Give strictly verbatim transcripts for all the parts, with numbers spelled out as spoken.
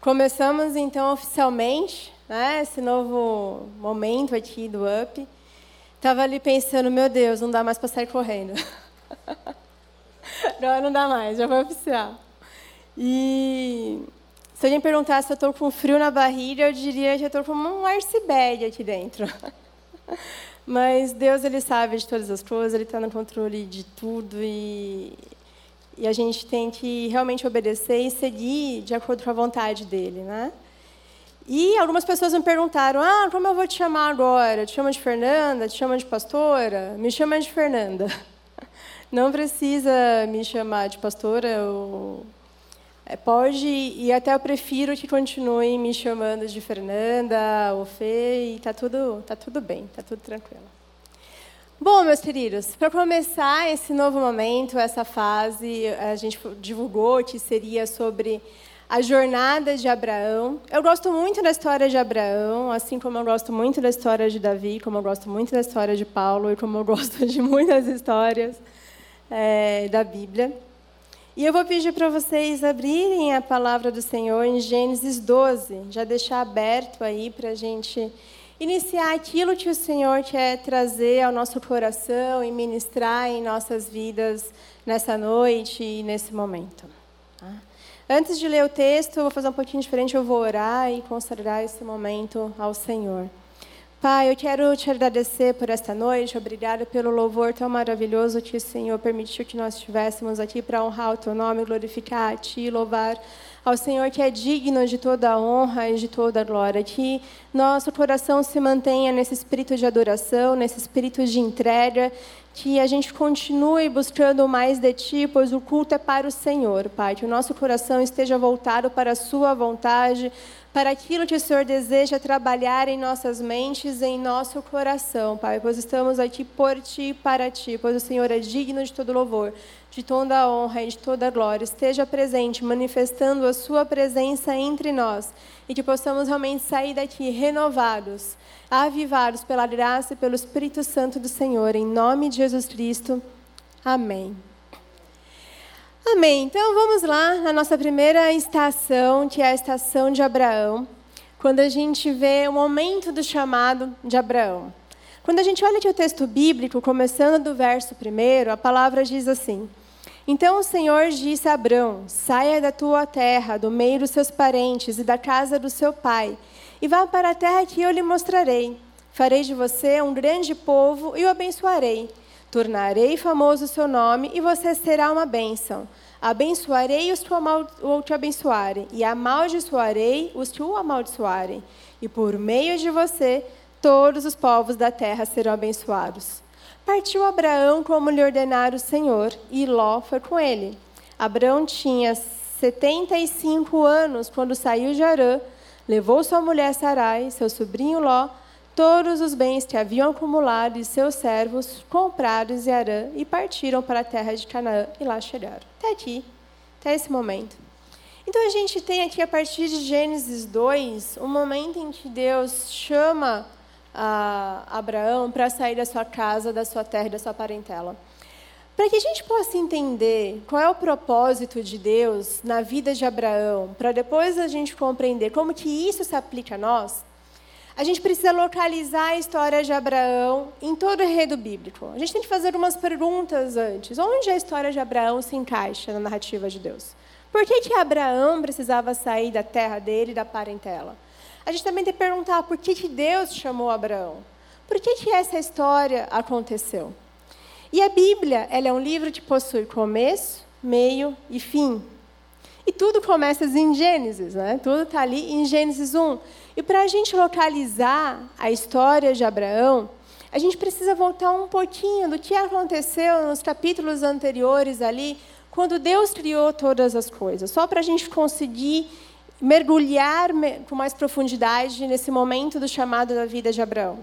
Começamos, então, oficialmente, né, esse novo momento aqui do Up. Estava ali pensando, meu Deus, não dá mais para sair correndo. Não, não dá mais, já foi oficial. E se alguém perguntar se eu estou com frio na barriga, eu diria que eu estou como um iceberg aqui dentro. Mas Deus, Ele sabe de todas as coisas, Ele está no controle de tudo e... E a gente tem que realmente obedecer e seguir de acordo com a vontade dele, né? E algumas pessoas me perguntaram, ah, como eu vou te chamar agora? Te chamo de Fernanda? Te chamo de pastora? Me chama de Fernanda. Não precisa me chamar de pastora. Ou... Pode, e até eu prefiro que continue me chamando de Fernanda ou Fê, e está tudo, tá tudo bem, está tudo tranquilo. Bom, meus queridos, para começar esse novo momento, essa fase, a gente divulgou que seria sobre a jornada de Abraão. Eu gosto muito da história de Abraão, assim como eu gosto muito da história de Davi, como eu gosto muito da história de Paulo e como eu gosto de muitas histórias é, da Bíblia. E eu vou pedir para vocês abrirem a palavra do Senhor em Gênesis doze, já deixar aberto aí para a gente iniciar aquilo que o Senhor quer trazer ao nosso coração e ministrar em nossas vidas nessa noite e nesse momento. Tá? Antes de ler o texto, eu vou fazer um pouquinho diferente, eu vou orar e consagrar esse momento ao Senhor. Pai, eu quero te agradecer por esta noite, obrigada pelo louvor tão maravilhoso que o Senhor permitiu que nós estivéssemos aqui para honrar o Teu nome, glorificar a Ti, louvar ao Senhor que é digno de toda a honra e de toda a glória. Que nosso coração se mantenha nesse espírito de adoração, nesse espírito de entrega, que a gente continue buscando mais de Ti, pois o culto é para o Senhor, Pai. Que o nosso coração esteja voltado para a Sua vontade, para aquilo que o Senhor deseja trabalhar em nossas mentes, em nosso coração, Pai. Pois estamos aqui por Ti e para Ti, pois o Senhor é digno de todo louvor, de toda a honra e de toda a glória. Esteja presente, manifestando a Sua presença entre nós, e que possamos realmente sair daqui renovados, avivados pela graça e pelo Espírito Santo do Senhor, em nome de Jesus Cristo. Amém. Amém. Então, vamos lá na nossa primeira estação, que é a estação de Abraão, quando a gente vê o momento do chamado de Abraão. Quando a gente olha aqui o texto bíblico, começando do verso primeiro, a palavra diz assim: Então o Senhor disse a Abrão, saia da tua terra, do meio dos seus parentes e da casa do seu pai, e vá para a terra que eu lhe mostrarei. Farei de você um grande povo e o abençoarei. Tornarei famoso o seu nome e você será uma bênção. Abençoarei os que o te abençoarem e amaldiçoarei os que o amaldiçoarem. E por meio de você, todos os povos da terra serão abençoados. Partiu Abraão como lhe ordenara o Senhor, e Ló foi com ele. Abraão tinha setenta e cinco anos quando saiu de Harã, levou sua mulher Sarai, seu sobrinho Ló, todos os bens que haviam acumulado e seus servos, comprados em Harã, e partiram para a terra de Canaã, e lá chegaram. Até aqui, até esse momento. Então, a gente tem aqui, a partir de Gênesis dois, um momento em que Deus chama a Abraão para sair da sua casa, da sua terra e da sua parentela. Para que a gente possa entender qual é o propósito de Deus na vida de Abraão, para depois a gente compreender como que isso se aplica a nós, a gente precisa localizar a história de Abraão em todo o enredo bíblico. A gente tem que fazer algumas perguntas antes. Onde a história de Abraão se encaixa na narrativa de Deus? Por que que Abraão precisava sair da terra dele e da parentela? A gente também tem que perguntar por que que Deus chamou Abraão. Por que que essa história aconteceu? E a Bíblia, ela é um livro que possui começo, meio e fim. E tudo começa em Gênesis, né? Tudo está ali em Gênesis um. E para a gente localizar a história de Abraão, a gente precisa voltar um pouquinho do que aconteceu nos capítulos anteriores ali, quando Deus criou todas as coisas. Só para a gente conseguir mergulhar com mais profundidade nesse momento do chamado da vida de Abraão.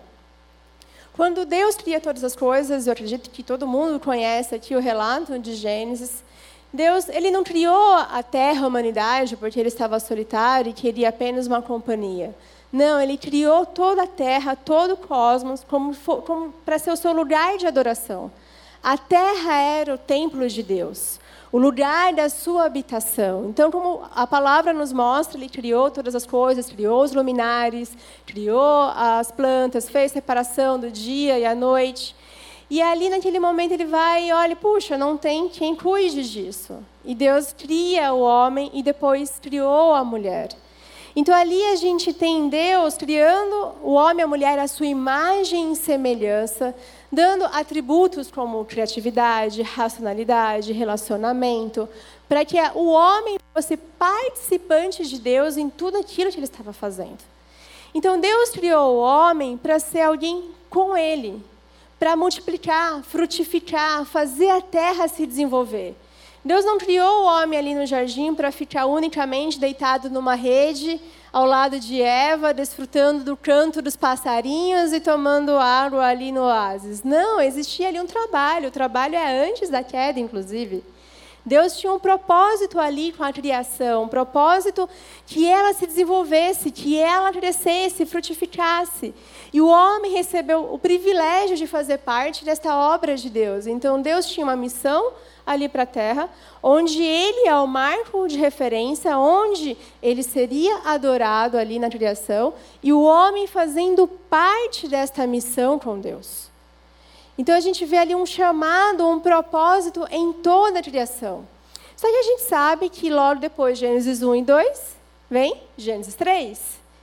Quando Deus cria todas as coisas, eu acredito que todo mundo conhece aqui o relato de Gênesis, Deus, ele não criou a terra, a humanidade, porque ele estava solitário e queria apenas uma companhia. Não, ele criou toda a terra, todo o cosmos, como, como para ser o seu lugar de adoração. A terra era o templo de Deus. o lugar da sua habitação. Então, como a palavra nos mostra, ele criou todas as coisas, criou os luminares, criou as plantas, fez separação do dia e a noite. E ali, naquele momento, ele vai e olha, puxa, não tem quem cuide disso. E Deus cria o homem e depois criou a mulher. Então, ali a gente tem Deus criando o homem e a mulher à sua imagem e semelhança, dando atributos como criatividade, racionalidade, relacionamento, para que o homem fosse participante de Deus em tudo aquilo que ele estava fazendo. Então, Deus criou o homem para ser alguém com ele, para multiplicar, frutificar, fazer a terra se desenvolver. Deus não criou o homem ali no jardim para ficar unicamente deitado numa rede, ao lado de Eva, desfrutando do canto dos passarinhos e tomando água ali no oásis. Não, existia ali um trabalho. O trabalho é antes da queda, inclusive. Deus tinha um propósito ali com a criação, um propósito que ela se desenvolvesse, que ela crescesse, frutificasse. E o homem recebeu o privilégio de fazer parte desta obra de Deus. Então, Deus tinha uma missão ali para a terra, onde ele é o marco de referência, onde ele seria adorado ali na criação, e o homem fazendo parte desta missão com Deus. Então, a gente vê ali um chamado, um propósito em toda a criação. Só que a gente sabe que logo depois, Gênesis um e dois, vem Gênesis três.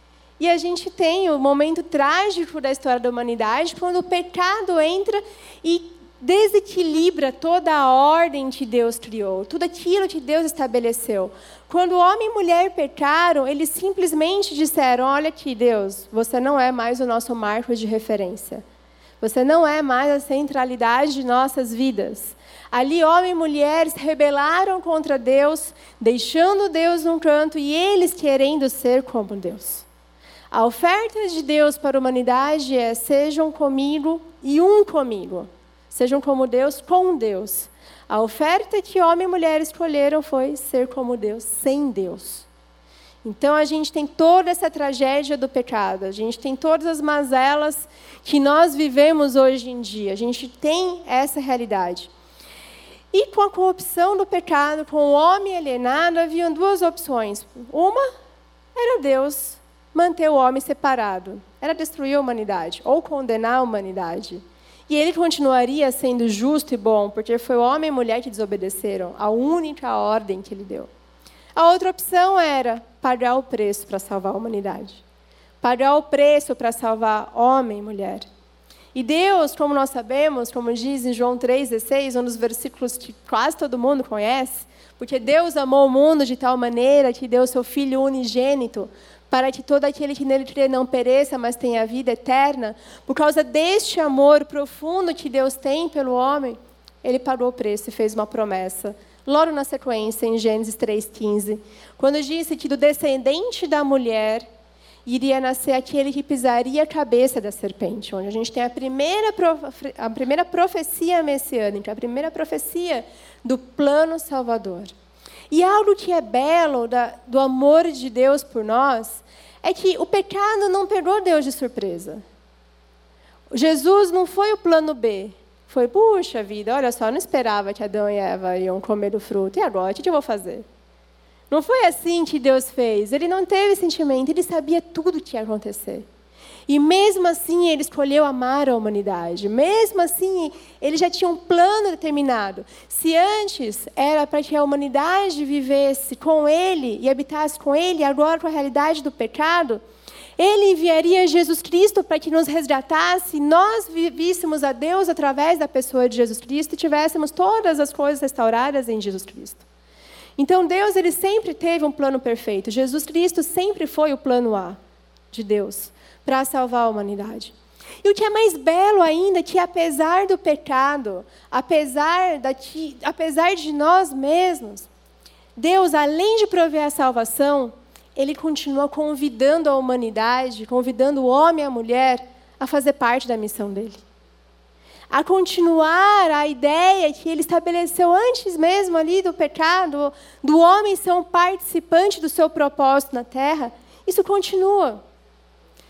E a gente tem o momento trágico da história da humanidade, quando o pecado entra e desequilibra toda a ordem que Deus criou, tudo aquilo que Deus estabeleceu. Quando o homem e mulher pecaram, eles simplesmente disseram, olha aqui, Deus, você não é mais o nosso marco de referência. Você não é mais a centralidade de nossas vidas. Ali, homem e mulher se rebelaram contra Deus, deixando Deus num canto e eles querendo ser como Deus. A oferta de Deus para a humanidade é, sejam comigo e um comigo. Sejam como Deus, com Deus. A oferta que homem e mulher escolheram foi ser como Deus, sem Deus. Então, a gente tem toda essa tragédia do pecado. A gente tem todas as mazelas que nós vivemos hoje em dia. A gente tem essa realidade. E com a corrupção do pecado, com o homem alienado, haviam duas opções. Uma era Deus manter o homem separado. Era destruir a humanidade, ou condenar a humanidade. E ele continuaria sendo justo e bom, porque foi o homem e a mulher que desobedeceram a única ordem que ele deu. A outra opção era pagar o preço para salvar a humanidade. Pagar o preço para salvar homem e mulher. E Deus, como nós sabemos, como diz em João três, dezesseis, um dos versículos que quase todo mundo conhece, porque Deus amou o mundo de tal maneira que deu o seu Filho unigênito, para que todo aquele que nele crê não pereça, mas tenha a vida eterna. Por causa deste amor profundo que Deus tem pelo homem, ele pagou o preço e fez uma promessa. Logo na sequência, em Gênesis três, quinze, quando disse que do descendente da mulher iria nascer aquele que pisaria a cabeça da serpente, onde a gente tem a primeira, profe- a primeira profecia messiânica, a primeira profecia do plano salvador. E algo que é belo da, do amor de Deus por nós é que o pecado não pegou Deus de surpresa. Jesus não foi o plano B. Foi, puxa vida, olha só, eu não esperava que Adão e Eva iam comer do fruto. E agora, o que eu vou fazer? Não foi assim que Deus fez. Ele não teve sentimento, ele sabia tudo o que ia acontecer. E mesmo assim, ele escolheu amar a humanidade. Mesmo assim, ele já tinha um plano determinado. Se antes era para que a humanidade vivesse com ele e habitasse com ele, agora com a realidade do pecado, ele enviaria Jesus Cristo para que nos resgatasse, nós víssemos a Deus através da pessoa de Jesus Cristo e tivéssemos todas as coisas restauradas em Jesus Cristo. Então, Deus ele sempre teve um plano perfeito. Jesus Cristo sempre foi o plano A de Deus para salvar a humanidade. E o que é mais belo ainda é que, apesar do pecado, apesar, da, apesar de nós mesmos, Deus, além de prover a salvação, ele continua convidando a humanidade, convidando o homem e a mulher a fazer parte da missão dele. A continuar a ideia que ele estabeleceu antes mesmo ali do pecado, do homem ser um participante do seu propósito na terra, isso continua.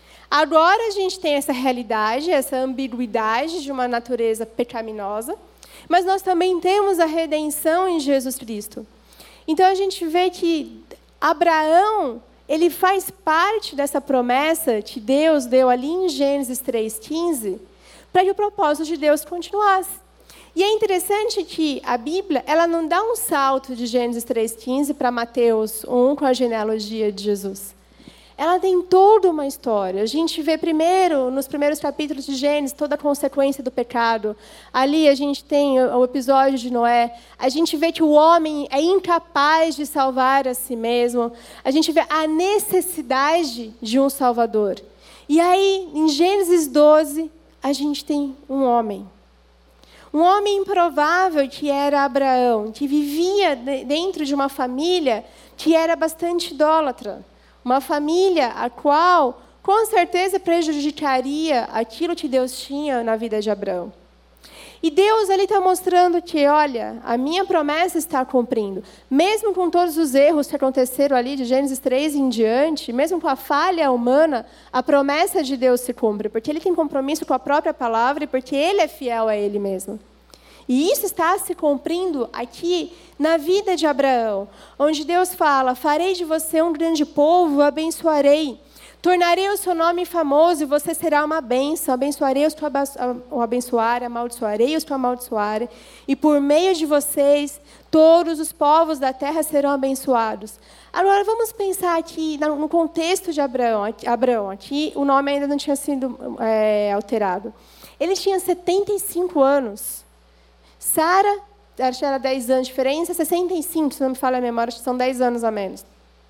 Agora a gente tem essa realidade, essa ambiguidade de uma natureza pecaminosa, Mas nós também temos a redenção em Jesus Cristo. Então a gente vê que Abraão, ele faz parte dessa promessa que Deus deu ali em Gênesis três, quinze, para que o propósito de Deus continuasse. E é interessante que a Bíblia, ela não dá um salto de Gênesis três, quinze para Mateus um, com a genealogia de Jesus. Ela tem toda uma história. A gente vê primeiro, nos primeiros capítulos de Gênesis, toda a consequência do pecado. Ali a gente tem o episódio de Noé. A gente vê que o homem é incapaz de salvar a si mesmo. A gente vê a necessidade de um Salvador. E aí, em Gênesis doze, a gente tem um homem. Um homem improvável que era Abraão, que vivia dentro de uma família que era bastante idólatra. Uma família a qual, com certeza, prejudicaria aquilo que Deus tinha na vida de Abraão. E Deus ali está mostrando que, olha, a minha promessa está cumprindo. Mesmo com todos os erros que aconteceram ali, de Gênesis três em diante, mesmo com a falha humana, a promessa de Deus se cumpre, porque Ele tem compromisso com a própria palavra e porque Ele é fiel a Ele mesmo. E isso está se cumprindo aqui na vida de Abraão, onde Deus fala, farei de você um grande povo, abençoarei, tornarei o seu nome famoso e você será uma bênção, abençoarei os que o abençoarem, amaldiçoarei os que o amaldiçoarem, e por meio de vocês, todos os povos da terra serão abençoados. Agora, vamos pensar aqui no contexto de Abraão. Abraão, aqui o nome ainda não tinha sido é, alterado. Ele tinha setenta e cinco anos. Sara, acho que era dez anos de diferença, sessenta e cinco, se não me falha a memória, acho que são dez anos a menos.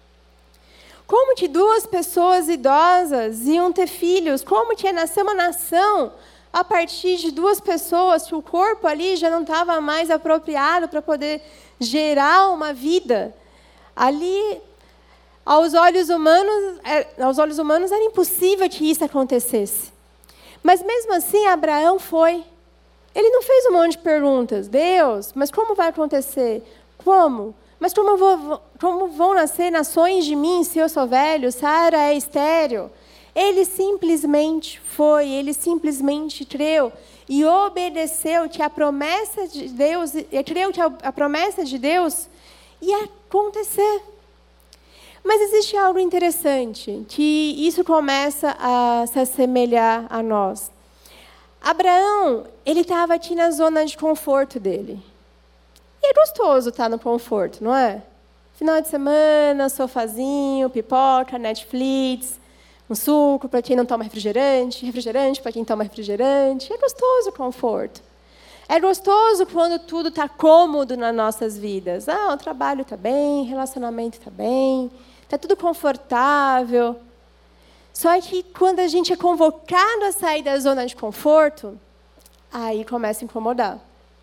Como que duas pessoas idosas iam ter filhos? Como que ia nascer uma nação a partir de duas pessoas, que o corpo ali já não estava mais apropriado para poder gerar uma vida? Ali, aos olhos humanos, aos olhos humanos era impossível que isso acontecesse. Mas mesmo assim, Abraão foi. Ele não fez um monte de perguntas. Deus, mas como vai acontecer? Como? Mas como, vou, como vão nascer nações de mim se eu sou velho? Sara é estéril. Ele simplesmente foi, ele simplesmente creu e obedeceu que a promessa de Deus, creu que a, a promessa de Deus ia acontecer. Mas existe algo interessante, que isso começa a se assemelhar a nós. Abraão, ele estava aqui na zona de conforto dele. E é gostoso estar no conforto, não é? Final de semana, sofazinho, pipoca, Netflix, um suco para quem não toma refrigerante, refrigerante para quem toma refrigerante. É gostoso o conforto. É gostoso quando tudo está cômodo nas nossas vidas. Ah, o trabalho está bem, o relacionamento está bem, está tudo confortável. Só que quando a gente é convocado a sair da zona de conforto, aí começa a incomodar.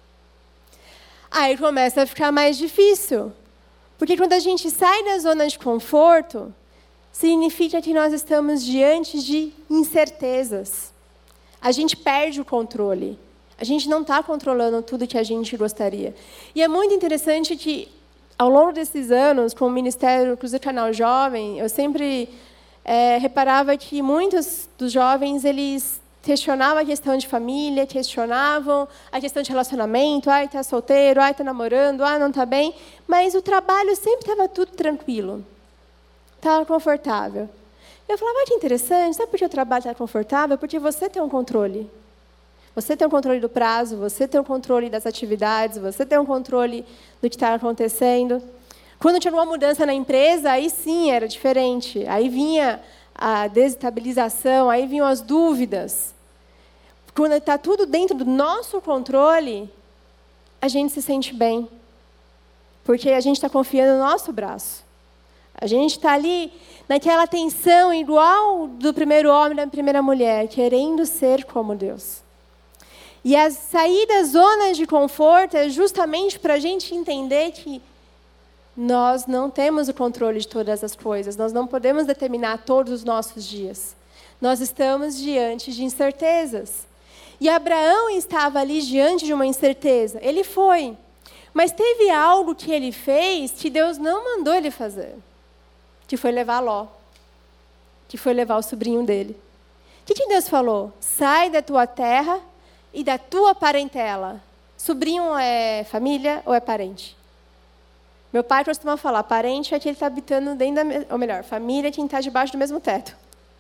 Aí começa a ficar mais difícil. Porque quando a gente sai da zona de conforto, significa que nós estamos diante de incertezas. A gente perde o controle. A gente não está controlando tudo que a gente gostaria. E é muito interessante que, ao longo desses anos, com o Ministério Cruz do Canal Jovem, eu sempre é, reparava que muitos dos jovens, eles questionavam a questão de família, questionavam a questão de relacionamento, ai, está solteiro, ai, está namorando, ai, não está bem. Mas o trabalho sempre estava tudo tranquilo. Estava confortável. Eu falava, ah, que interessante, sabe por que o trabalho está confortável? Porque você tem um controle. Você tem um controle do prazo, você tem um controle das atividades, você tem um controle do que está acontecendo. Quando tinha uma mudança na empresa, aí sim era diferente. Aí vinha a desestabilização, aí vinham as dúvidas. Quando está tudo dentro do nosso controle, a gente se sente bem. Porque a gente está confiando no nosso braço. A gente está ali naquela tensão igual do primeiro homem e da primeira mulher, querendo ser como Deus. E a sair da zona de conforto é justamente para a gente entender que nós não temos o controle de todas as coisas, nós não podemos determinar todos os nossos dias. Nós estamos diante de incertezas. E Abraão estava ali diante de uma incerteza. Ele foi. Mas teve algo que ele fez que Deus não mandou ele fazer. Que foi levar Ló. Que foi levar o sobrinho dele. O que, que Deus falou? Sai da tua terra e da tua parentela. sobrinho é família ou é parente? Meu pai costuma falar, parente é quem está habitando dentro da... Ou melhor, família é quem está debaixo do mesmo teto.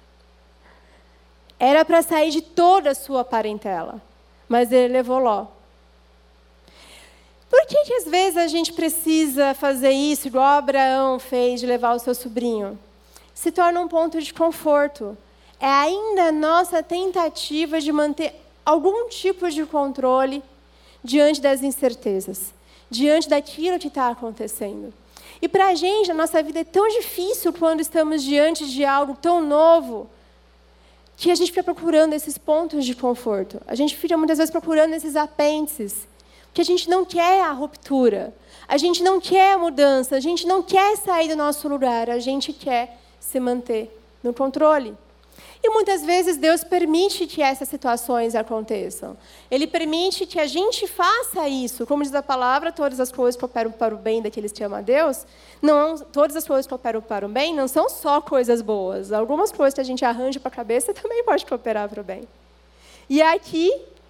Era para sair de toda a sua parentela, mas ele levou Ló. Por que, que às vezes a gente precisa fazer isso, igual Abraão fez, de levar o seu sobrinho? Se torna um ponto de conforto. É ainda a nossa tentativa de manter algum tipo de controle diante das incertezas, diante daquilo que está acontecendo. E para a gente, a nossa vida é tão difícil quando estamos diante de algo tão novo, que a gente fica procurando esses pontos de conforto. A gente fica muitas vezes procurando esses apêndices, porque a gente não quer a ruptura, a gente não quer a mudança, a gente não quer sair do nosso lugar, a gente quer se manter no controle. E muitas vezes Deus permite que essas situações aconteçam. Ele permite que a gente faça isso. Como diz a palavra, todas as coisas cooperam para o bem daqueles que amam a Deus. Não, todas as coisas cooperam para o bem não são só coisas boas. Algumas coisas que a gente arranja para a cabeça também pode cooperar para o bem. E aqui,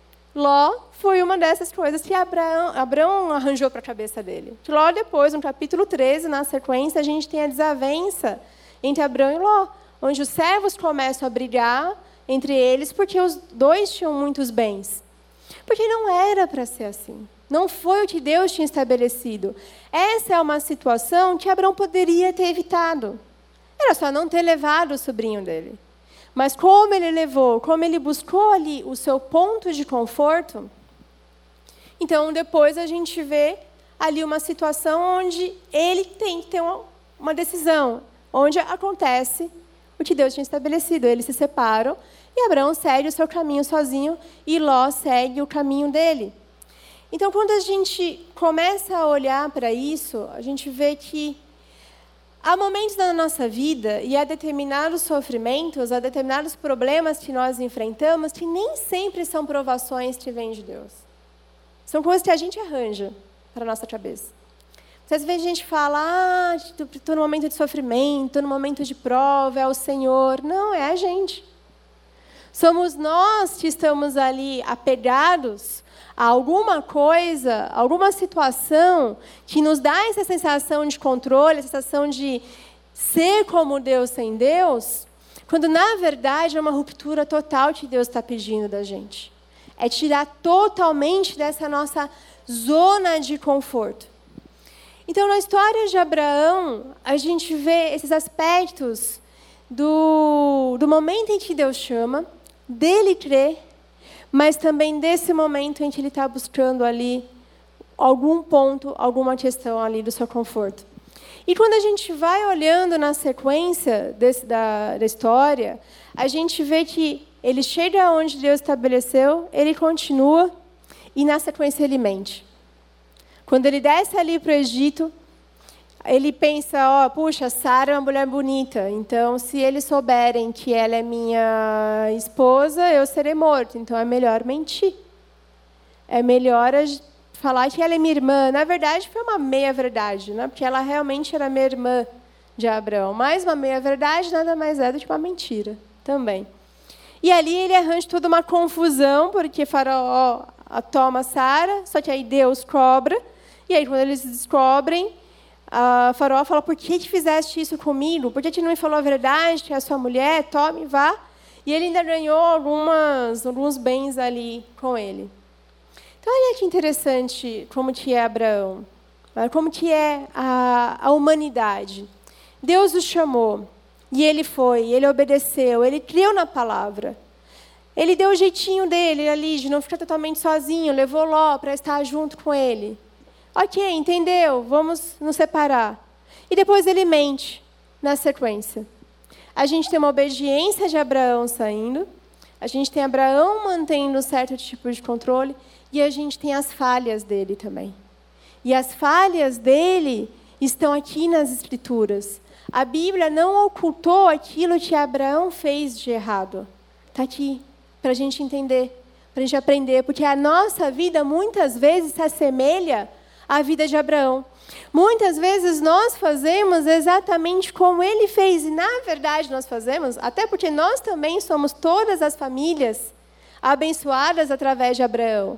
Ló foi uma dessas coisas que Abraão, Abraão arranjou para a cabeça dele. Ló depois, no capítulo treze, na sequência, a gente tem a desavença entre Abraão e Ló, onde os servos começam a brigar entre eles porque os dois tinham muitos bens. Porque não era para ser assim. Não foi o que Deus tinha estabelecido. Essa é uma situação que Abraão poderia ter evitado. Era só não ter levado o sobrinho dele. Mas como ele levou, como ele buscou ali o seu ponto de conforto, então depois a gente vê ali uma situação onde ele tem que ter uma, uma decisão, onde acontece o que Deus tinha estabelecido. Eles se separam e Abraão segue o seu caminho sozinho e Ló segue o caminho dele. Então, quando a gente começa a olhar para isso, a gente vê que há momentos na nossa vida e há determinados sofrimentos, há determinados problemas que nós enfrentamos que nem sempre são provações que vêm de Deus. São coisas que a gente arranja para a nossa cabeça. Às vezes a gente fala, ah, estou no momento de sofrimento, estou no momento de prova, é o Senhor. Não, é a gente. Somos nós que estamos ali apegados a alguma coisa, alguma situação que nos dá essa sensação de controle, essa sensação de ser como Deus sem Deus, quando na verdade é uma ruptura total que Deus está pedindo da gente. É tirar totalmente dessa nossa zona de conforto. Então, na história de Abraão, a gente vê esses aspectos do, do momento em que Deus chama, dele crer, mas também desse momento em que ele está buscando ali algum ponto, alguma questão ali do seu conforto. E quando a gente vai olhando na sequência desse, da, da história, a gente vê que ele chega onde Deus estabeleceu, ele continua e na sequência ele mente. Quando ele desce ali para o Egito, ele pensa, ó, puxa, Sara é uma mulher bonita, então se eles souberem que ela é minha esposa, eu serei morto, então é melhor mentir. É melhor falar que ela é minha irmã. Na verdade, foi uma meia-verdade, né? Porque ela realmente era minha irmã de Abraão. Mas uma meia-verdade nada mais é do que uma mentira também. E ali ele arranja toda uma confusão, porque Faraó toma Sara, só que aí Deus cobra. E aí, quando eles descobrem, a Faraó fala, por que, que fizeste isso comigo? Por que, que não me falou a verdade, que é a sua mulher? Tome, vá. E ele ainda ganhou algumas, alguns bens ali com ele. Então, olha que interessante como que é Abraão, como que é a, a humanidade. Deus o chamou, e ele foi, ele obedeceu, ele creu na palavra. Ele deu o jeitinho dele ali, de não ficar totalmente sozinho, levou Ló para estar junto com ele. Ok, entendeu? Vamos nos separar. E depois ele mente na sequência. A gente tem uma obediência de Abraão saindo, a gente tem Abraão mantendo um certo tipo de controle, e a gente tem as falhas dele também. E as falhas dele estão aqui nas Escrituras. A Bíblia não ocultou aquilo que Abraão fez de errado. Está aqui, para a gente entender, para a gente aprender, porque a nossa vida muitas vezes se assemelha à vida de Abraão. Muitas vezes nós fazemos exatamente como ele fez, e na verdade nós fazemos, até porque nós também somos todas as famílias abençoadas através de Abraão.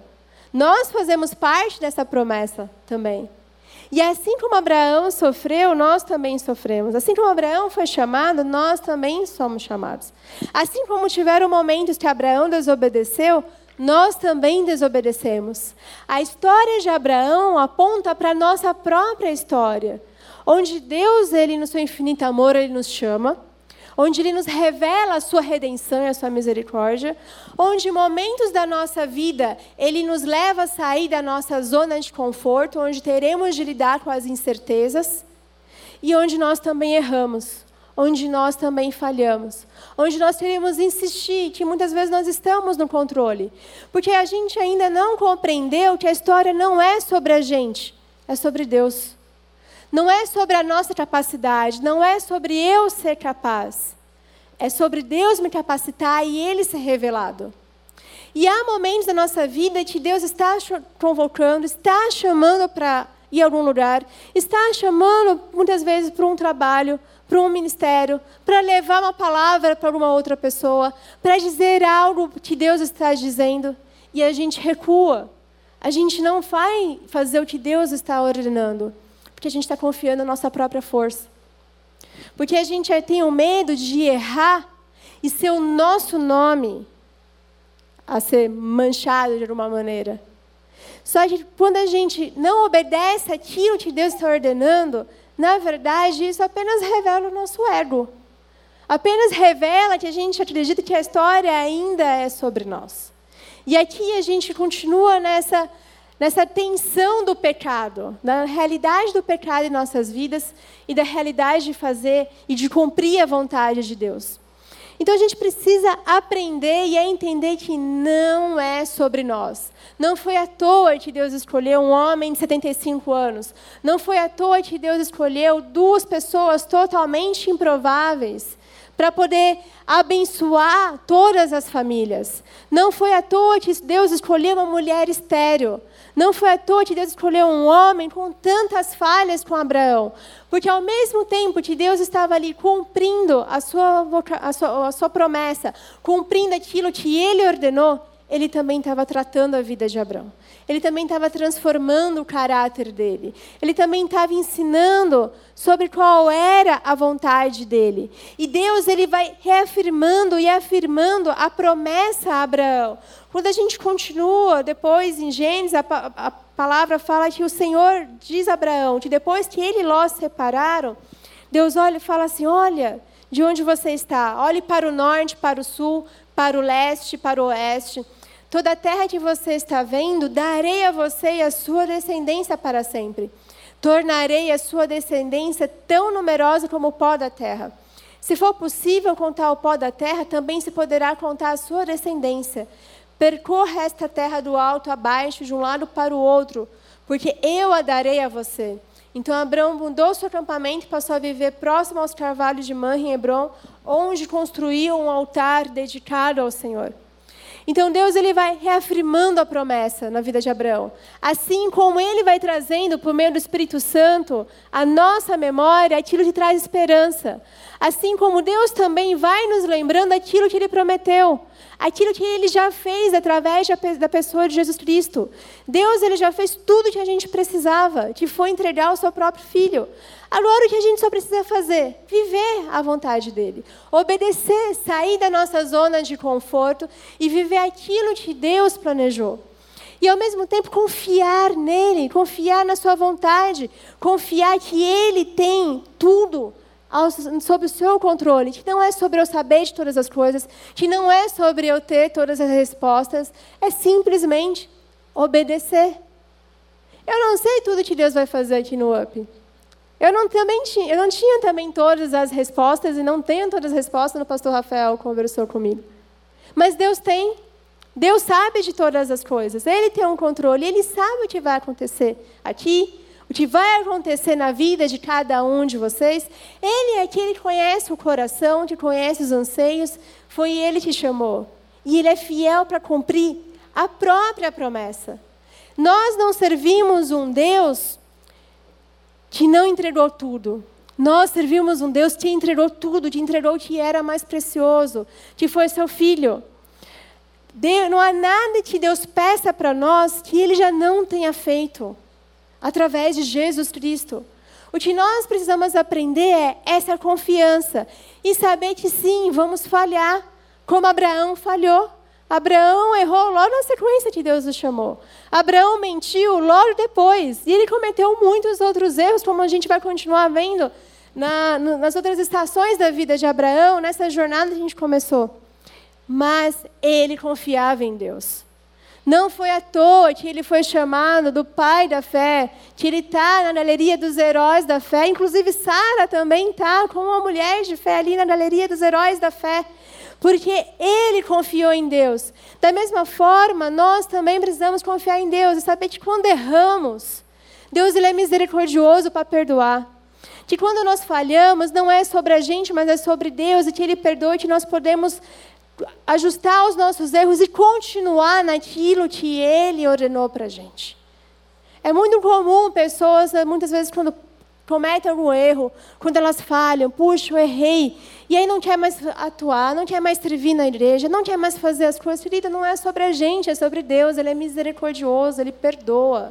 Nós fazemos parte dessa promessa também. E assim como Abraão sofreu, nós também sofremos. Assim como Abraão foi chamado, nós também somos chamados. Assim como tiveram momentos que Abraão desobedeceu, nós também desobedecemos. A história de Abraão aponta para a nossa própria história, onde Deus, ele, no seu infinito amor, ele nos chama, onde Ele nos revela a sua redenção e a sua misericórdia, onde em momentos da nossa vida Ele nos leva a sair da nossa zona de conforto, onde teremos de lidar com as incertezas, e onde nós também erramos, onde nós também falhamos, onde nós teremos de insistir, que muitas vezes nós estamos no controle, porque a gente ainda não compreendeu que a história não é sobre a gente, é sobre Deus. Não é sobre a nossa capacidade, não é sobre eu ser capaz. É sobre Deus me capacitar e Ele ser revelado. E há momentos da nossa vida que Deus está convocando, está chamando para ir a algum lugar, está chamando muitas vezes para um trabalho, para um ministério, para levar uma palavra para alguma outra pessoa, para dizer algo que Deus está dizendo, e a gente recua. A gente não vai fazer o que Deus está ordenando. Porque a gente está confiando na nossa própria força. Porque a gente tem o medo de errar e ser o nosso nome a ser manchado de alguma maneira. Só que quando a gente não obedece aquilo que Deus está ordenando, na verdade, isso apenas revela o nosso ego. Apenas revela que a gente acredita que a história ainda é sobre nós. E aqui a gente continua nessa... nessa tensão do pecado, da realidade do pecado em nossas vidas e da realidade de fazer e de cumprir a vontade de Deus. Então a gente precisa aprender e entender que não é sobre nós. Não foi à toa que Deus escolheu um homem de setenta e cinco anos. Não foi à toa que Deus escolheu duas pessoas totalmente improváveis para poder abençoar todas as famílias. Não foi à toa que Deus escolheu uma mulher estéril. Não foi à toa que Deus escolheu um homem com tantas falhas com Abraão. Porque ao mesmo tempo que Deus estava ali cumprindo a sua, a sua, a sua promessa, cumprindo aquilo que Ele ordenou, Ele também estava tratando a vida de Abraão. Ele também estava transformando o caráter dele. Ele também estava ensinando sobre qual era a vontade dele. E Deus, ele vai reafirmando e afirmando a promessa a Abraão. Quando a gente continua depois em Gênesis, a, a palavra fala que o Senhor diz a Abraão que depois que ele e Ló se separaram, Deus olha e fala assim, olha de onde você está. Olhe para o norte, para o sul, para o leste, para o oeste. Toda a terra que você está vendo, darei a você e a sua descendência para sempre. Tornarei a sua descendência tão numerosa como o pó da terra. Se for possível contar o pó da terra, também se poderá contar a sua descendência. Percorra esta terra do alto a baixo, de um lado para o outro, porque eu a darei a você. Então Abraão mudou seu acampamento e passou a viver próximo aos carvalhos de Mamre em Hebrom, onde construiu um altar dedicado ao Senhor. Então Deus, ele vai reafirmando a promessa na vida de Abraão. Assim como Ele vai trazendo, por meio do Espírito Santo, a nossa memória, aquilo que traz esperança. Assim como Deus também vai nos lembrando aquilo que Ele prometeu. Aquilo que Ele já fez através da pessoa de Jesus Cristo. Deus, ele já fez tudo o que a gente precisava, que foi entregar o seu próprio Filho. Agora o que a gente só precisa fazer? Viver a vontade dEle. Obedecer, sair da nossa zona de conforto e viver aquilo que Deus planejou. E ao mesmo tempo confiar nele, confiar na sua vontade, confiar que Ele tem tudo sob o seu controle, que não é sobre eu saber de todas as coisas, que não é sobre eu ter todas as respostas, é simplesmente obedecer. Eu não sei tudo que Deus vai fazer aqui no U P. Eu não, também tinha, eu não tinha também todas as respostas e não tenho todas as respostas, o pastor Rafael conversou comigo. Mas Deus tem. Deus sabe de todas as coisas. Ele tem um controle, Ele sabe o que vai acontecer aqui, o que vai acontecer na vida de cada um de vocês. Ele é aquele que conhece o coração, que conhece os anseios. Foi Ele que chamou. E Ele é fiel para cumprir a própria promessa. Nós não servimos um Deus que não entregou tudo. Nós servimos um Deus que entregou tudo, que entregou o que era mais precioso, que foi seu Filho. Deus, não há nada que Deus peça para nós que Ele já não tenha feito através de Jesus Cristo. O que nós precisamos aprender é essa confiança e saber que sim, vamos falhar, como Abraão falhou. Abraão errou logo na sequência que Deus o chamou. Abraão mentiu logo depois. E ele cometeu muitos outros erros, como a gente vai continuar vendo na, nas outras estações da vida de Abraão, nessa jornada que a gente começou. Mas ele confiava em Deus. Não foi à toa que ele foi chamado do pai da fé, que ele está na galeria dos heróis da fé. Inclusive, Sara também está como uma mulher de fé ali na galeria dos heróis da fé. Porque ele confiou em Deus. Da mesma forma, nós também precisamos confiar em Deus e saber que quando erramos, Deus ele é misericordioso para perdoar. Que quando nós falhamos, não é sobre a gente, mas é sobre Deus, e que Ele perdoe, que nós podemos ajustar os nossos erros e continuar naquilo que Ele ordenou para a gente. É muito comum pessoas, muitas vezes, quando cometem algum erro, quando elas falham, puxa, eu errei, e aí não quer mais atuar, não quer mais servir na igreja, não quer mais fazer as coisas. Querida, não é sobre a gente, é sobre Deus, Ele é misericordioso, Ele perdoa.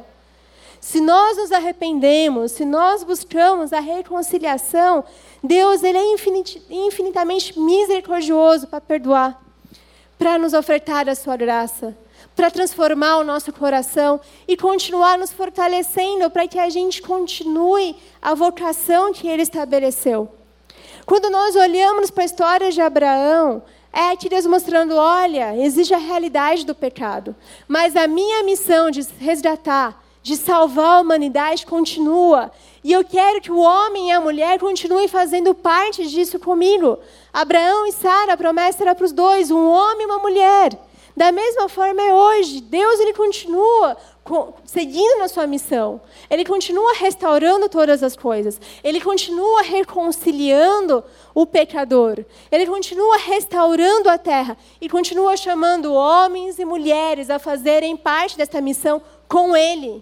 Se nós nos arrependemos, se nós buscamos a reconciliação, Deus ele é infinit, infinitamente misericordioso para perdoar, para nos ofertar a sua graça, para transformar o nosso coração e continuar nos fortalecendo para que a gente continue a vocação que Ele estabeleceu. Quando nós olhamos para a história de Abraão, é que Deus mostrando, olha, existe a realidade do pecado, mas a minha missão de resgatar, de salvar a humanidade continua. E eu quero que o homem e a mulher continuem fazendo parte disso comigo. Abraão e Sara, a promessa era para os dois, um homem e uma mulher. Da mesma forma é hoje. Deus ele continua seguindo na sua missão. Ele continua restaurando todas as coisas. Ele continua reconciliando o pecador. Ele continua restaurando a terra. E continua chamando homens e mulheres a fazerem parte dessa missão com Ele.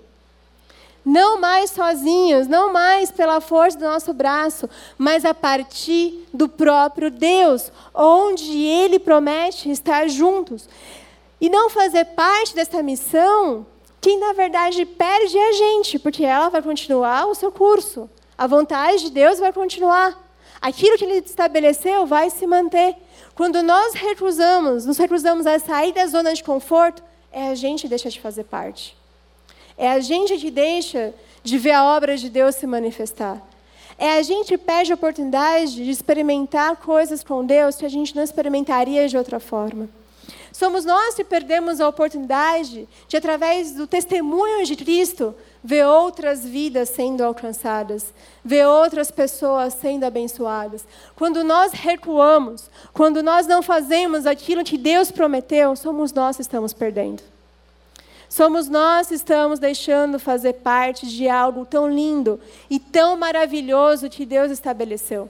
Não mais sozinhos, não mais pela força do nosso braço, mas a partir do próprio Deus, onde Ele promete estar juntos. E não fazer parte dessa missão, quem na verdade perde é a gente, porque ela vai continuar o seu curso. A vontade de Deus vai continuar. Aquilo que Ele estabeleceu vai se manter. Quando nós recusamos, nos recusamos a sair da zona de conforto, é a gente que deixa de fazer parte. É a gente que deixa de ver a obra de Deus se manifestar. É a gente que perde a oportunidade de experimentar coisas com Deus que a gente não experimentaria de outra forma. Somos nós que perdemos a oportunidade de, através do testemunho de Cristo, ver outras vidas sendo alcançadas, ver outras pessoas sendo abençoadas. Quando nós recuamos, quando nós não fazemos aquilo que Deus prometeu, somos nós que estamos perdendo. Somos nós que estamos deixando fazer parte de algo tão lindo e tão maravilhoso que Deus estabeleceu.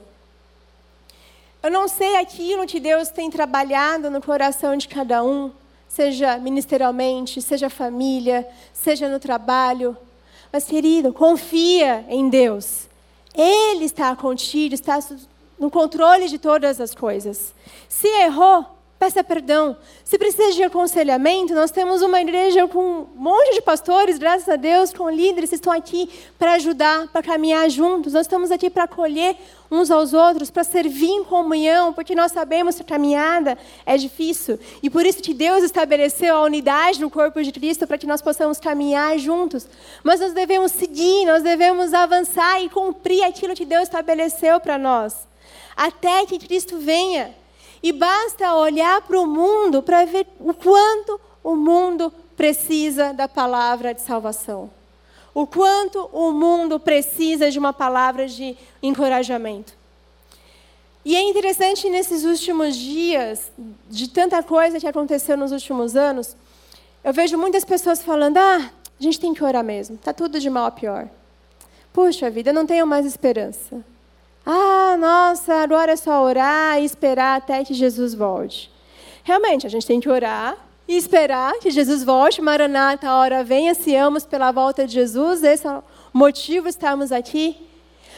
Eu não sei aquilo que Deus tem trabalhado no coração de cada um, seja ministerialmente, seja família, seja no trabalho. Mas, querido, confia em Deus. Ele está contigo, está no controle de todas as coisas. Se errou, peça perdão. Se precisa de aconselhamento, nós temos uma igreja com um monte de pastores, graças a Deus, com líderes que estão aqui para ajudar, para caminhar juntos. Nós estamos aqui para acolher uns aos outros, para servir em comunhão, porque nós sabemos que a caminhada é difícil. E por isso que Deus estabeleceu a unidade no corpo de Cristo, para que nós possamos caminhar juntos. Mas nós devemos seguir, nós devemos avançar e cumprir aquilo que Deus estabeleceu para nós, até que Cristo venha. E basta olhar para o mundo para ver o quanto o mundo precisa da palavra de salvação. O quanto o mundo precisa de uma palavra de encorajamento. E é interessante nesses últimos dias, de tanta coisa que aconteceu nos últimos anos, eu vejo muitas pessoas falando, ah, a gente tem que orar mesmo, está tudo de mal a pior. Puxa vida, eu não tenho mais esperança. Ah, nossa, agora é só orar e esperar até que Jesus volte. Realmente, a gente tem que orar e esperar que Jesus volte. Maranata, a hora vem, ansiamos pela volta de Jesus. Esse é o motivo de estarmos aqui.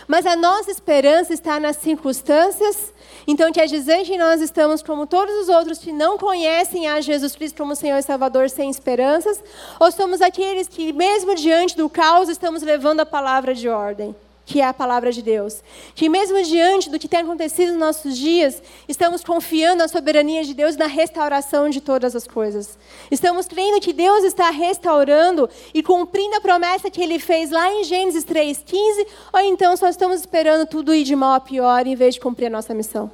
Mas a nossa esperança está nas circunstâncias. Então quer dizer que nós estamos como todos os outros que não conhecem a Jesus Cristo como Senhor e Salvador sem esperanças? Ou somos aqueles que mesmo diante do caos estamos levando a palavra de ordem, que é a palavra de Deus? Que mesmo diante do que tem acontecido nos nossos dias, estamos confiando na soberania de Deus e na restauração de todas as coisas. Estamos crendo que Deus está restaurando e cumprindo a promessa que Ele fez lá em Gênesis três, quinze, ou então só estamos esperando tudo ir de mal a pior em vez de cumprir a nossa missão?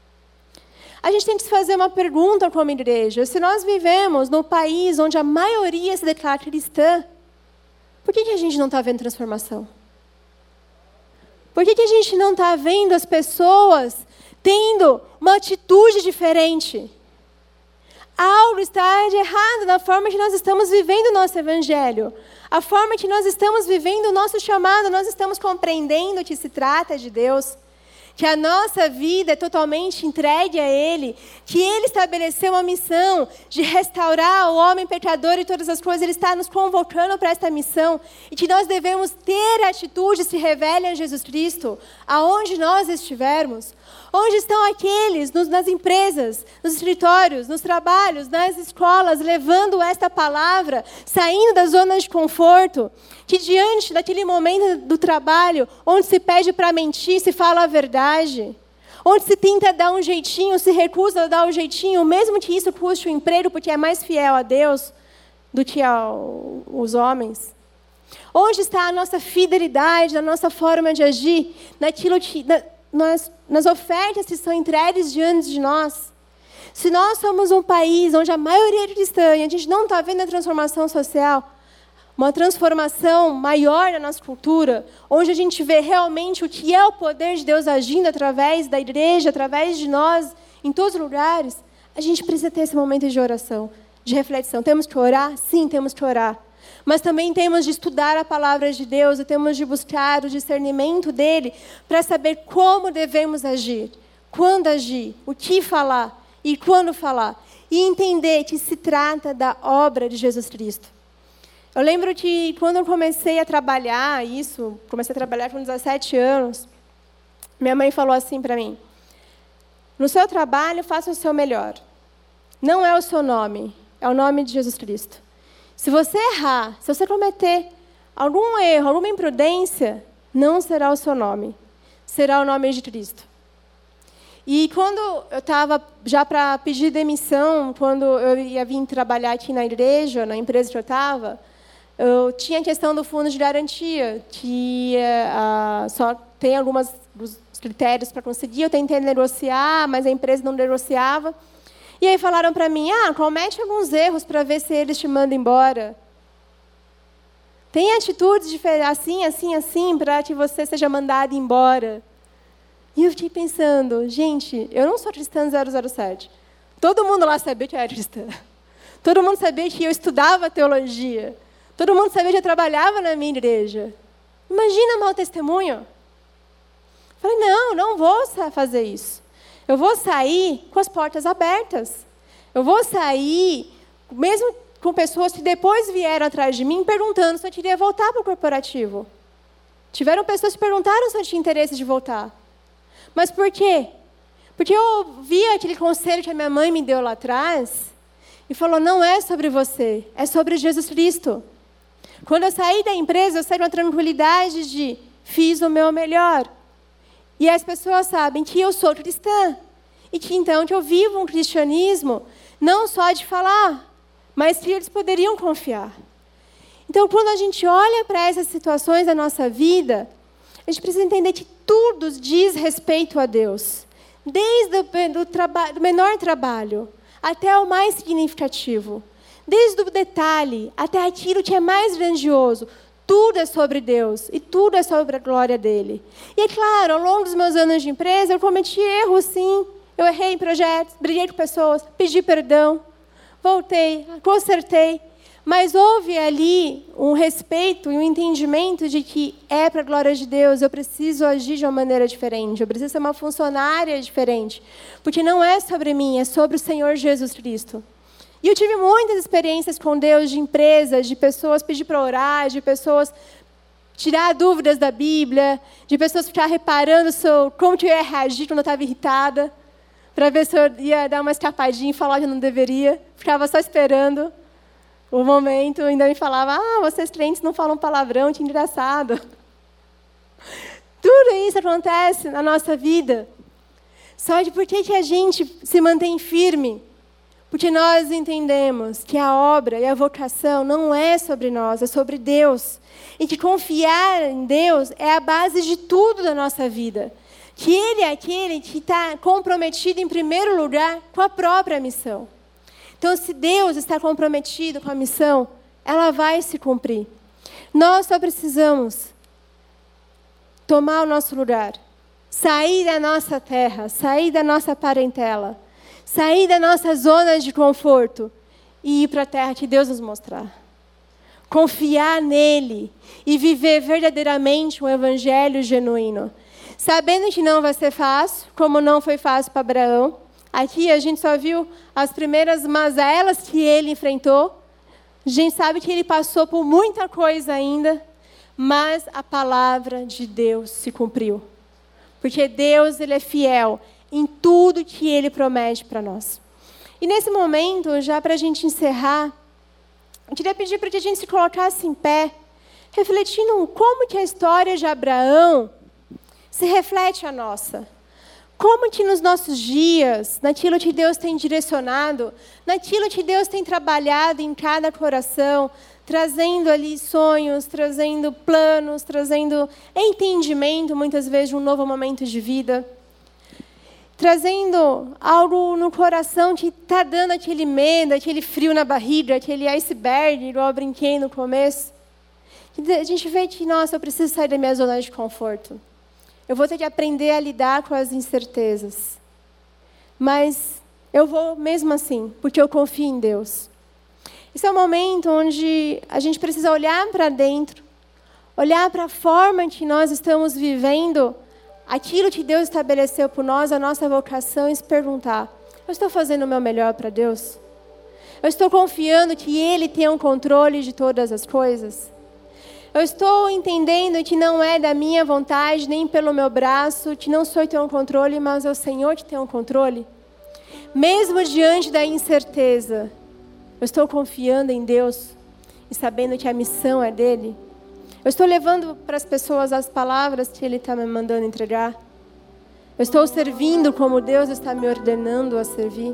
A gente tem que se fazer uma pergunta como igreja. Se nós vivemos num país onde a maioria se declara cristã, por que que a gente não está vendo transformação? Por que que a gente não está vendo as pessoas tendo uma atitude diferente? Algo está de errado na forma que nós estamos vivendo o nosso evangelho. A forma que nós estamos vivendo o nosso chamado. Nós estamos compreendendo que se trata de Deus, que a nossa vida é totalmente entregue a Ele, que Ele estabeleceu uma missão de restaurar o homem pecador e todas as coisas. Ele está nos convocando para esta missão e que nós devemos ter atitudes que revelem a Jesus Cristo aonde nós estivermos. Onde estão aqueles nos, nas empresas, nos escritórios, nos trabalhos, nas escolas, levando esta palavra, saindo da zona de conforto, que diante daquele momento do trabalho, onde se pede para mentir, se fala a verdade, onde se tenta dar um jeitinho, se recusa a dar um jeitinho, mesmo que isso custe o emprego, porque é mais fiel a Deus do que aos homens. Onde está a nossa fidelidade, a nossa forma de agir, naquilo que... Na, Nas, nas ofertas que são entregues diante de nós? Se nós somos um país onde a maioria é cristã e a gente não está vendo a transformação social, uma transformação maior na nossa cultura, onde a gente vê realmente o que é o poder de Deus agindo através da igreja, através de nós, em todos os lugares, a gente precisa ter esse momento de oração, de reflexão. Temos que orar? Sim, temos que orar. Mas também temos de estudar a palavra de Deus e temos de buscar o discernimento dele para saber como devemos agir, quando agir, o que falar e quando falar. E entender que se trata da obra de Jesus Cristo. Eu lembro que quando eu comecei a trabalhar isso, comecei a trabalhar com dezessete anos, minha mãe falou assim para mim: no seu trabalho, faça o seu melhor. Não é o seu nome, é o nome de Jesus Cristo. Se você errar, se você cometer algum erro, alguma imprudência, não será o seu nome, será o nome de Cristo. E quando eu estava já para pedir demissão, quando eu ia vir trabalhar aqui na igreja, na empresa que eu estava, eu tinha a questão do fundo de garantia, que uh, só tem alguns critérios para conseguir. Eu tentei negociar, mas a empresa não negociava. E aí falaram para mim: ah, comete alguns erros para ver se eles te mandam embora. Tem atitudes assim, assim, assim, para que você seja mandado embora. E eu fiquei pensando, gente, eu não sou cristã zero zero sete. Todo mundo lá sabia que eu era cristã. Todo mundo sabia que eu estudava teologia. Todo mundo sabia que eu trabalhava na minha igreja. Imagina mau testemunho. Falei, não, não vou fazer isso. Eu vou sair com as portas abertas. Eu vou sair, mesmo com pessoas que depois vieram atrás de mim, perguntando se eu queria voltar para o corporativo. Tiveram pessoas que perguntaram se eu tinha interesse de voltar. Mas por quê? Porque eu vi aquele conselho que a minha mãe me deu lá atrás e falou, não é sobre você, é sobre Jesus Cristo. Quando eu saí da empresa, eu saí com a tranquilidade de fiz o meu melhor. E as pessoas sabem que eu sou cristã. E que então que eu vivo um cristianismo não só de falar, mas que eles poderiam confiar. Então, quando a gente olha para essas situações da nossa vida, a gente precisa entender que tudo diz respeito a Deus. Desde o do traba- do menor trabalho até o mais significativo. Desde o detalhe até aquilo que é mais grandioso. Tudo é sobre Deus e tudo é sobre a glória dele. E é claro, ao longo dos meus anos de empresa, eu cometi erros, sim. Eu errei em projetos, briguei com pessoas, pedi perdão, voltei, consertei. Mas houve ali um respeito e um entendimento de que é para a glória de Deus, eu preciso agir de uma maneira diferente, eu preciso ser uma funcionária diferente. Porque não é sobre mim, é sobre o Senhor Jesus Cristo. E eu tive muitas experiências com Deus, de empresas, de pessoas pedir para orar, de pessoas tirar dúvidas da Bíblia, de pessoas ficar reparando sobre como que eu ia reagir quando eu estava irritada, para ver se eu ia dar uma escapadinha e falar que eu não deveria. Ficava só esperando o momento, ainda me falava, ah, vocês crentes não falam palavrão, que engraçado. Tudo isso acontece na nossa vida. Só de por que que a gente se mantém firme? Porque nós entendemos que a obra e a vocação não é sobre nós, é sobre Deus. E que confiar em Deus é a base de tudo da nossa vida. Que Ele é aquele que está comprometido, em primeiro lugar, com a própria missão. Então, se Deus está comprometido com a missão, ela vai se cumprir. Nós só precisamos tomar o nosso lugar, sair da nossa terra, sair da nossa parentela, sair da nossa zona de conforto e ir para a terra que Deus nos mostrar. Confiar nele e viver verdadeiramente um evangelho genuíno. Sabendo que não vai ser fácil, como não foi fácil para Abraão. Aqui a gente só viu as primeiras mazelas que ele enfrentou. A gente sabe que ele passou por muita coisa ainda, mas a palavra de Deus se cumpriu. Porque Deus, ele é fiel em tudo que ele promete para nós. E nesse momento, já para a gente encerrar, eu queria pedir para que a gente se colocasse em pé, refletindo como que a história de Abraão se reflete a nossa. Como que nos nossos dias, naquilo que Deus tem direcionado, naquilo que Deus tem trabalhado em cada coração, trazendo ali sonhos, trazendo planos, trazendo entendimento, muitas vezes, de um novo momento de vida, trazendo algo no coração que está dando aquele medo, aquele frio na barriga, aquele iceberg, igual eu brinquei no começo. A gente vê que, nossa, eu preciso sair da minha zona de conforto. Eu vou ter que aprender a lidar com as incertezas. Mas eu vou mesmo assim, porque eu confio em Deus. Esse é um momento onde a gente precisa olhar para dentro, olhar para a forma que nós estamos vivendo aquilo que Deus estabeleceu por nós, a nossa vocação, e se perguntar, eu estou fazendo o meu melhor para Deus? Eu estou confiando que Ele tem um controle de todas as coisas? Eu estou entendendo que não é da minha vontade, nem pelo meu braço, que não sou eu que tenho um controle, mas é o Senhor que tem um controle? Mesmo diante da incerteza, eu estou confiando em Deus e sabendo que a missão é dEle? Eu estou levando para as pessoas as palavras que Ele está me mandando entregar? Eu estou servindo como Deus está me ordenando a servir?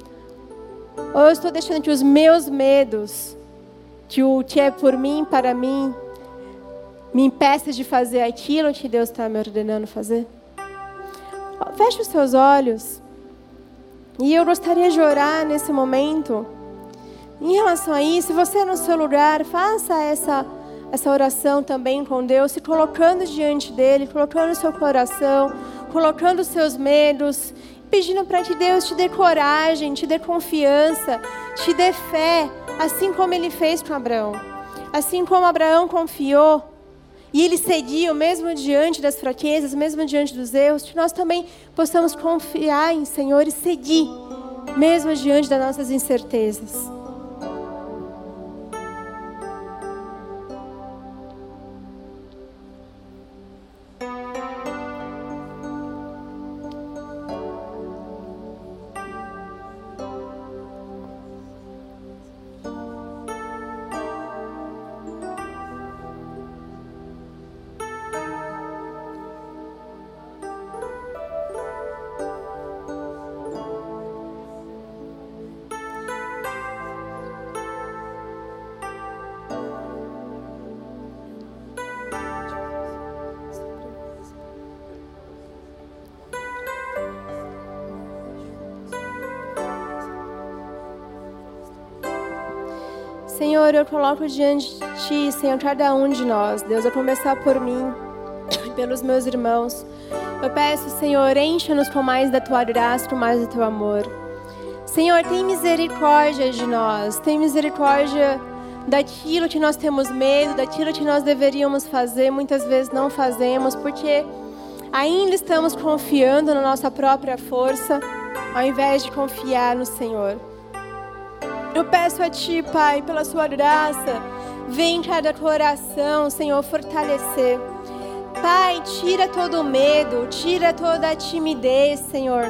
Ou eu estou deixando que os meus medos, que o que é por mim, para mim, me impeça de fazer aquilo que Deus está me ordenando fazer? Feche os seus olhos. E eu gostaria de orar nesse momento. Em relação a isso, se você no seu lugar, faça essa, essa oração também com Deus, se colocando diante dEle, colocando o seu coração, colocando os seus medos, pedindo para que Deus te dê coragem, te dê confiança, te dê fé, assim como Ele fez com Abraão. Assim como Abraão confiou, e ele seguiu, mesmo diante das fraquezas, mesmo diante dos erros, que nós também possamos confiar em Senhor e seguir, mesmo diante das nossas incertezas. Senhor, eu coloco diante de Ti, Senhor, cada um de nós, Deus, a começar por mim, pelos meus irmãos. Eu peço, Senhor, encha-nos com mais da Tua graça, com mais do Teu amor. Senhor, tem misericórdia de nós, tem misericórdia daquilo que nós temos medo, daquilo que nós deveríamos fazer, muitas vezes não fazemos, porque ainda estamos confiando na nossa própria força, ao invés de confiar no Senhor. Eu peço a Ti, Pai, pela Sua graça, vem em cada coração, Senhor, fortalecer. Pai, tira todo o medo, tira toda a timidez, Senhor.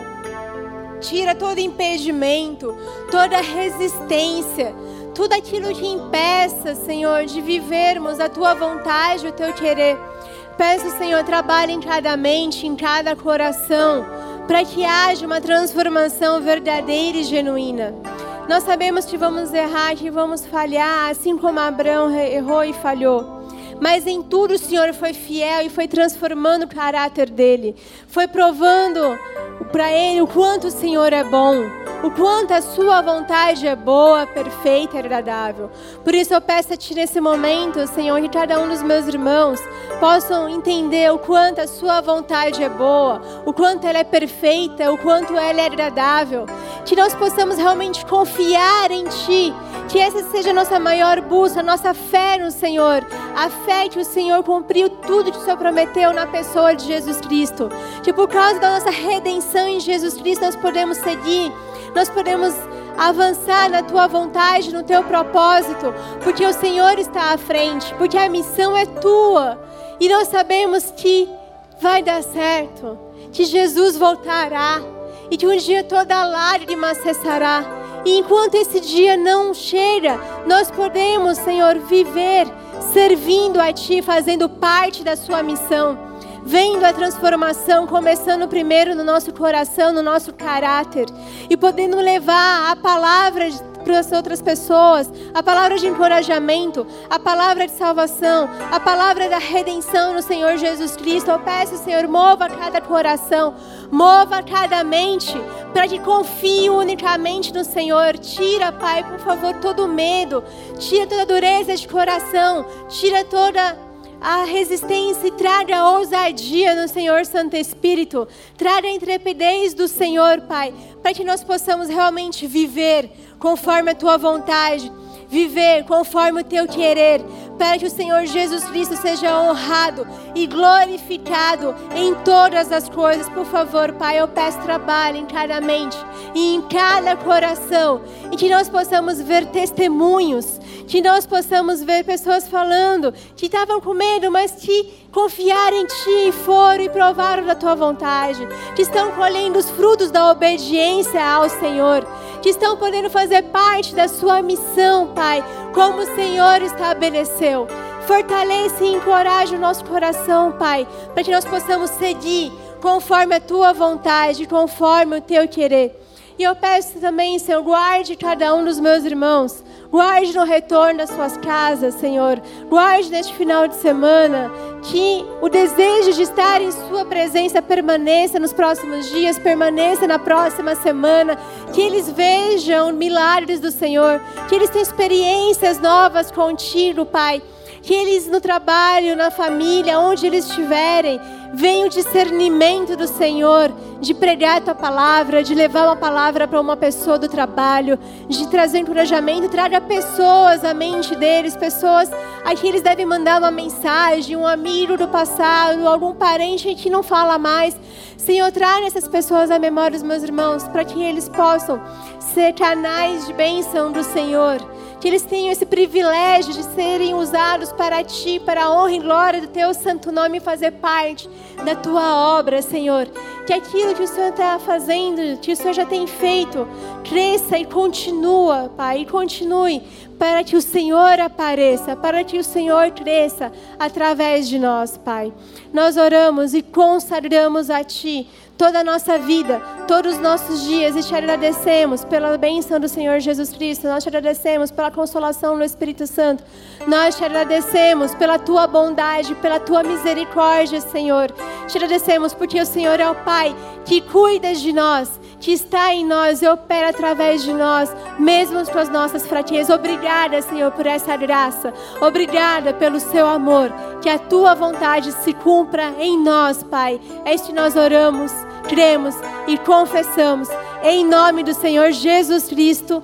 Tira todo impedimento, toda resistência, tudo aquilo que impeça, Senhor, de vivermos a Tua vontade, o Teu querer. Peço, Senhor, trabalhe em cada mente, em cada coração, para que haja uma transformação verdadeira e genuína. Nós sabemos que vamos errar, que vamos falhar, assim como Abraão errou e falhou. Mas em tudo o Senhor foi fiel e foi transformando o caráter dele. Foi provando para ele o quanto o Senhor é bom, o quanto a sua vontade é boa, perfeita e agradável. Por isso eu peço a Ti nesse momento, Senhor, que cada um dos meus irmãos possam entender o quanto a sua vontade é boa, o quanto ela é perfeita, o quanto ela é agradável. Que nós possamos realmente confiar em Ti, que essa seja a nossa maior busca, a nossa fé no Senhor, a fé que o Senhor cumpriu tudo que o Senhor prometeu na pessoa de Jesus Cristo. Que por causa da nossa redenção em Jesus Cristo nós podemos seguir, nós podemos avançar na Tua vontade, no Teu propósito, porque o Senhor está à frente, porque a missão é Tua. E nós sabemos que vai dar certo, que Jesus voltará e que um dia toda lágrima cessará. E enquanto esse dia não chega, nós podemos, Senhor, viver servindo a Ti, fazendo parte da Sua missão, vendo a transformação, começando primeiro no nosso coração, no nosso caráter, e podendo levar a palavra para as outras pessoas, a palavra de encorajamento, a palavra de salvação, a palavra da redenção no Senhor Jesus Cristo. Eu peço, Senhor, mova cada coração, mova cada mente, para que confie unicamente no Senhor. Tira, Pai, por favor, todo medo, tira toda dureza de coração, tira toda a resistência e traga a ousadia no Senhor Santo Espírito. Traga a intrepidez do Senhor, Pai, para que nós possamos realmente viver conforme a Tua vontade, viver conforme o Teu querer, para que o Senhor Jesus Cristo seja honrado e glorificado em todas as coisas. Por favor, Pai, eu peço trabalho em cada mente e em cada coração, e que nós possamos ver testemunhos, que nós possamos ver pessoas falando que estavam com medo, mas que confiaram em Ti e foram e provaram da Tua vontade, que estão colhendo os frutos da obediência ao Senhor, que estão podendo fazer parte da Sua missão, Pai, como o Senhor estabeleceu. Fortalece e encoraje o nosso coração, Pai, para que nós possamos seguir conforme a Tua vontade, conforme o Teu querer. E eu peço também, Senhor, guarde cada um dos meus irmãos, guarde no retorno das suas casas, Senhor, guarde neste final de semana, que o desejo de estar em Sua presença permaneça nos próximos dias, permaneça na próxima semana, que eles vejam milagres do Senhor, que eles tenham experiências novas contigo, Pai, que eles no trabalho, na família, onde eles estiverem, venha o discernimento do Senhor, de pregar a Tua palavra, de levar uma palavra para uma pessoa do trabalho, de trazer encorajamento. Traga pessoas à mente deles, pessoas a que eles devem mandar uma mensagem, um amigo do passado, algum parente que não fala mais. Senhor, traga essas pessoas à memória dos meus irmãos, para que eles possam ser canais de bênção do Senhor, que eles tenham esse privilégio de serem usados para Ti, para a honra e glória do Teu santo nome, e fazer parte da Tua obra, Senhor. Que aquilo que o Senhor está fazendo, que o Senhor já tem feito, cresça e continua, Pai, e continue, para que o Senhor apareça, para que o Senhor cresça através de nós, Pai. Nós oramos e consagramos a Ti toda a nossa vida, todos os nossos dias, e te agradecemos pela bênção do Senhor Jesus Cristo. Nós te agradecemos pela consolação do Espírito Santo. Nós te agradecemos pela Tua bondade, pela Tua misericórdia, Senhor. Te agradecemos porque o Senhor é o Pai que cuida de nós, que está em nós e opera através de nós, mesmo com as nossas fraquezas. Obrigada, Senhor, por essa graça. Obrigada pelo Seu amor. Que a Tua vontade se cumpra em nós, Pai. É isso que nós oramos, cremos e confessamos. Em nome do Senhor Jesus Cristo.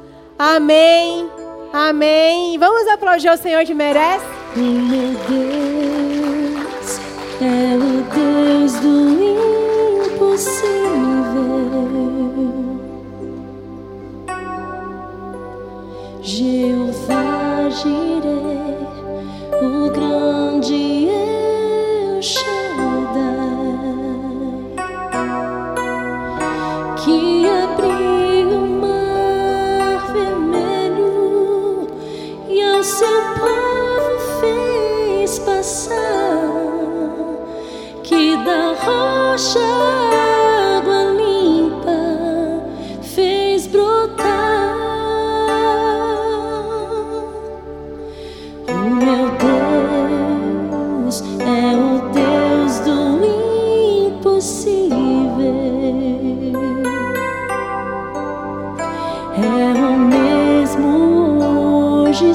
Amém. Amém. Vamos aplaudir o Senhor que merece. O meu Deus é o Deus do impossível. Jeová Jireh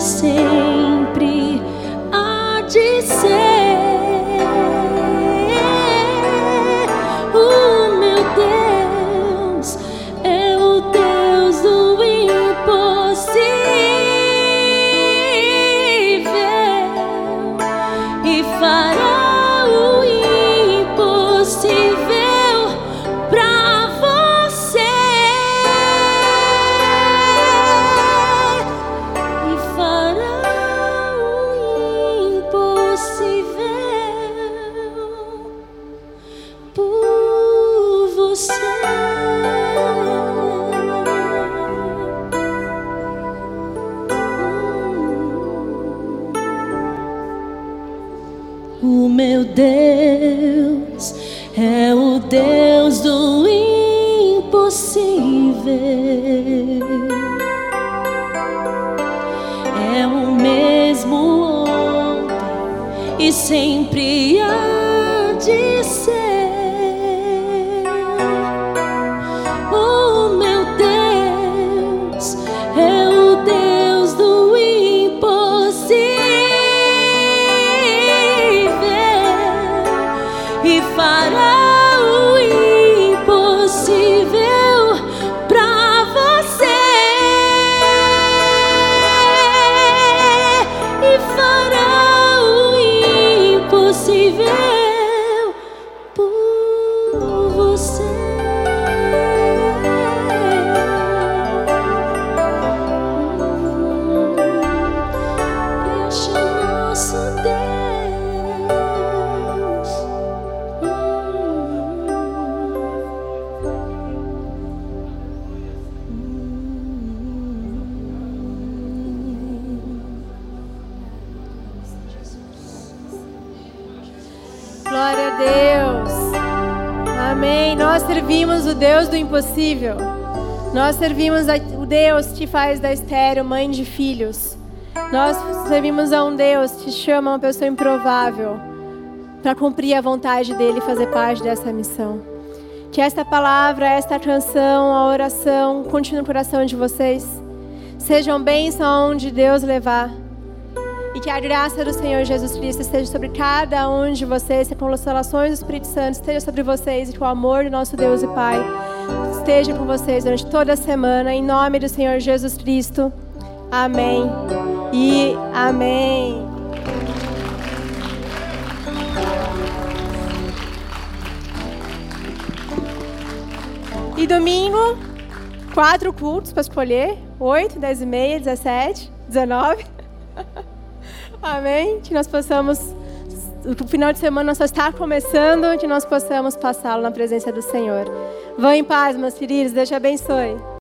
sempre há de ser. O meu Deus é o Deus do impossível e fará o impossível pra você. E fará o impossível por você. O meu Deus é o Deus do impossível. É o mesmo ontem e sempre há de ser. O meu Deus é o Deus do impossível e fará o impossível pra você. E fará o impossível por você. Este é o nosso Deus. Glória a Deus. Amém. Nós servimos o Deus do impossível. Nós servimos a, o Deus que faz da estéril mãe de filhos. Nós servimos a um Deus que chama uma pessoa improvável para cumprir a vontade dele e fazer parte dessa missão. Que esta palavra, esta canção, a oração continue no coração de vocês. Sejam bênção aonde Deus levar. E que a graça do Senhor Jesus Cristo esteja sobre cada um de vocês, que a consolação do Espírito Santo esteja sobre vocês e que o amor do nosso Deus e Pai esteja com vocês durante toda a semana. Em nome do Senhor Jesus Cristo. Amém e amém. E domingo, quatro cultos para escolher. oito, dez e meia, dezessete, dezenove. Amém? Que nós possamos, o final de semana só está começando, que nós possamos passá-lo na presença do Senhor. Vão em paz, meus queridos. Deus te abençoe.